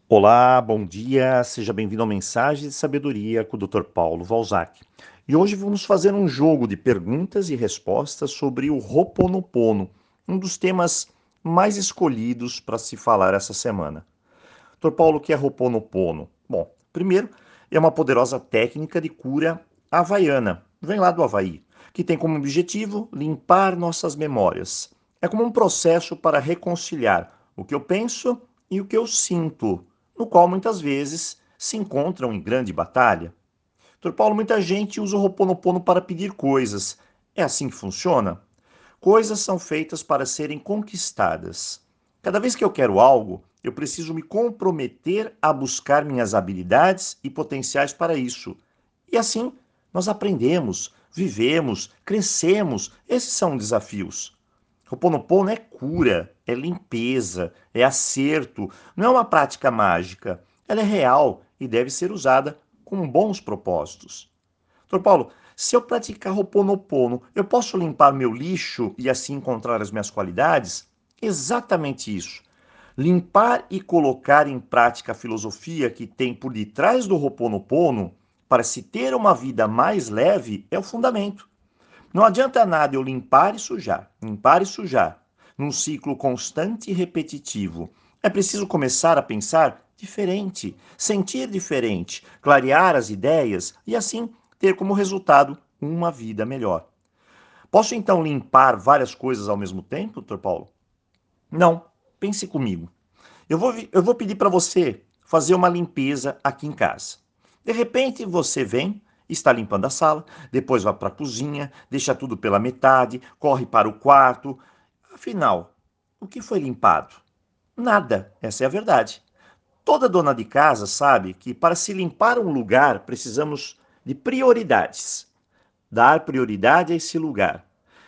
Olá, bom dia, seja bem-vindo ao Mensagem de Sabedoria com o Dr. Paulo Valzac. E hoje vamos fazer um jogo de perguntas e respostas sobre o Ho'oponopono, um dos temas mais escolhidos para se falar essa semana. Dr. Paulo, o que é Ho'oponopono? Bom, primeiro, é uma poderosa técnica de cura havaiana, vem lá do Havaí, que tem como objetivo limpar nossas memórias. É como um processo para reconciliar o que eu penso e o que eu sinto, no qual muitas vezes se encontram em grande batalha. Dr. Paulo, muita gente usa o Ho'oponopono para pedir coisas. É assim que funciona? Coisas são feitas para serem conquistadas. Cada vez que eu quero algo, eu preciso me comprometer a buscar minhas habilidades e potenciais para isso. E assim, nós aprendemos, vivemos, crescemos. Esses são desafios. Ho'oponopono é cura, é limpeza, é acerto, não é uma prática mágica. Ela é real e deve ser usada com bons propósitos. Doutor Paulo, se eu praticar Ho'oponopono, eu posso limpar meu lixo e assim encontrar as minhas qualidades? Exatamente isso. Limpar e colocar em prática a filosofia que tem por detrás do Ho'oponopono para se ter uma vida mais leve é o fundamento. Não adianta nada eu limpar e sujar, num ciclo constante e repetitivo. É preciso começar a pensar diferente, sentir diferente, clarear as ideias e assim ter como resultado uma vida melhor. Posso então limpar várias coisas ao mesmo tempo, Dr. Paulo? Não. Pense comigo. Eu vou pedir para você fazer uma limpeza aqui em casa. De repente você vem, está limpando a sala, depois vai para a cozinha, deixa tudo pela metade, corre para o quarto. Afinal, o que foi limpado? Nada, essa é a verdade. Toda dona de casa sabe que para se limpar um lugar precisamos de prioridades. Dar prioridade a esse lugar.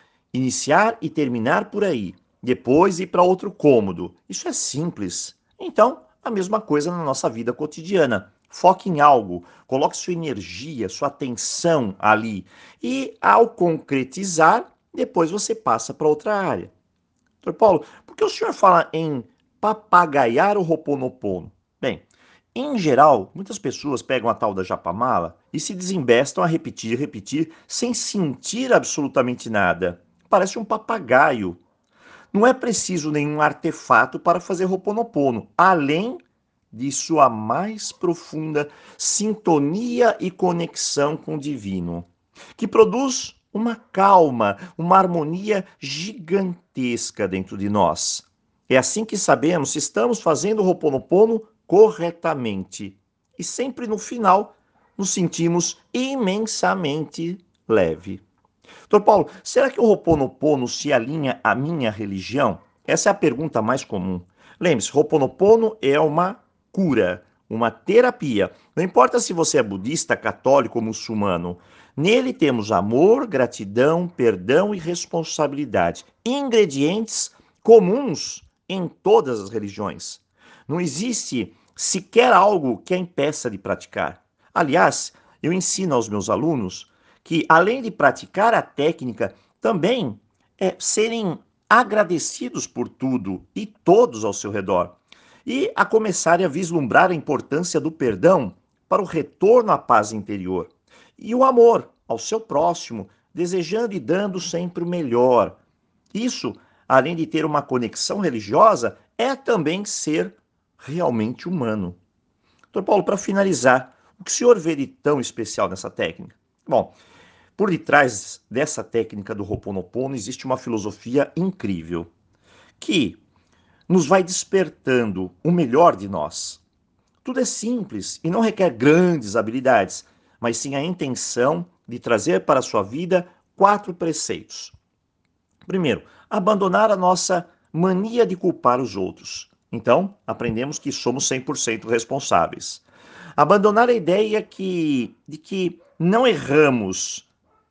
Iniciar e terminar por aí. Depois ir para outro cômodo. Isso é simples. Então, a mesma coisa na nossa vida cotidiana. Foque em algo, coloque sua energia, sua atenção ali. E ao concretizar, depois você passa para outra área. Doutor Paulo, por que o senhor fala em papagaiar o Ho'oponopono? Bem, em geral, muitas pessoas pegam a tal da japamala e se desembestam a repetir, repetir, sem sentir absolutamente nada. Parece um papagaio. Não é preciso nenhum artefato para fazer Ho'oponopono, além de sua mais profunda sintonia e conexão com o divino, que produz uma calma, uma harmonia gigantesca dentro de nós. É assim que sabemos se estamos fazendo o Ho'oponopono corretamente. E sempre no final nos sentimos imensamente leve. Doutor Paulo, será que o Ho'oponopono se alinha à minha religião? Essa é a pergunta mais comum. Lembre-se, Ho'oponopono é uma cura, uma terapia. Não importa se você é budista, católico ou muçulmano. Nele temos amor, gratidão, perdão e responsabilidade. Ingredientes comuns em todas as religiões. Não existe sequer algo que a impeça de praticar. Aliás, eu ensino aos meus alunos que, além de praticar a técnica, também serem agradecidos por tudo e todos ao seu redor. E a começarem a vislumbrar a importância do perdão para o retorno à paz interior. E o amor ao seu próximo, desejando e dando sempre o melhor. Isso, além de ter uma conexão religiosa, é também ser realmente humano. Doutor Paulo, para finalizar, o que o senhor vê de tão especial nessa técnica? Bom, por detrás dessa técnica do Ho'oponopono existe uma filosofia incrível que nos vai despertando o melhor de nós. Tudo é simples e não requer grandes habilidades, mas sim a intenção de trazer para a sua vida 4 preceitos. Primeiro, abandonar a nossa mania de culpar os outros. Então, aprendemos que somos 100% responsáveis. Abandonar a ideia de que não erramos.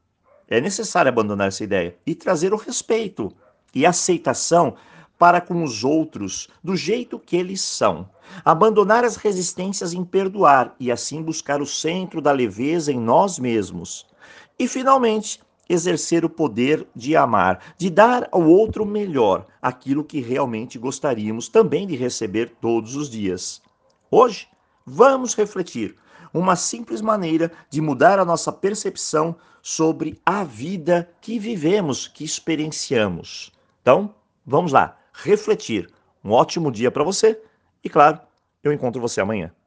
É necessário abandonar essa ideia e trazer o respeito e aceitação para com os outros do jeito que eles são. Abandonar as resistências em perdoar e assim buscar o centro da leveza em nós mesmos. E finalmente, exercer o poder de amar, de dar ao outro melhor, aquilo que realmente gostaríamos também de receber todos os dias. Hoje, vamos refletir uma simples maneira de mudar a nossa percepção sobre a vida que vivemos, que experienciamos. Então, vamos lá, refletir. Um ótimo dia para você e, claro, eu encontro você amanhã.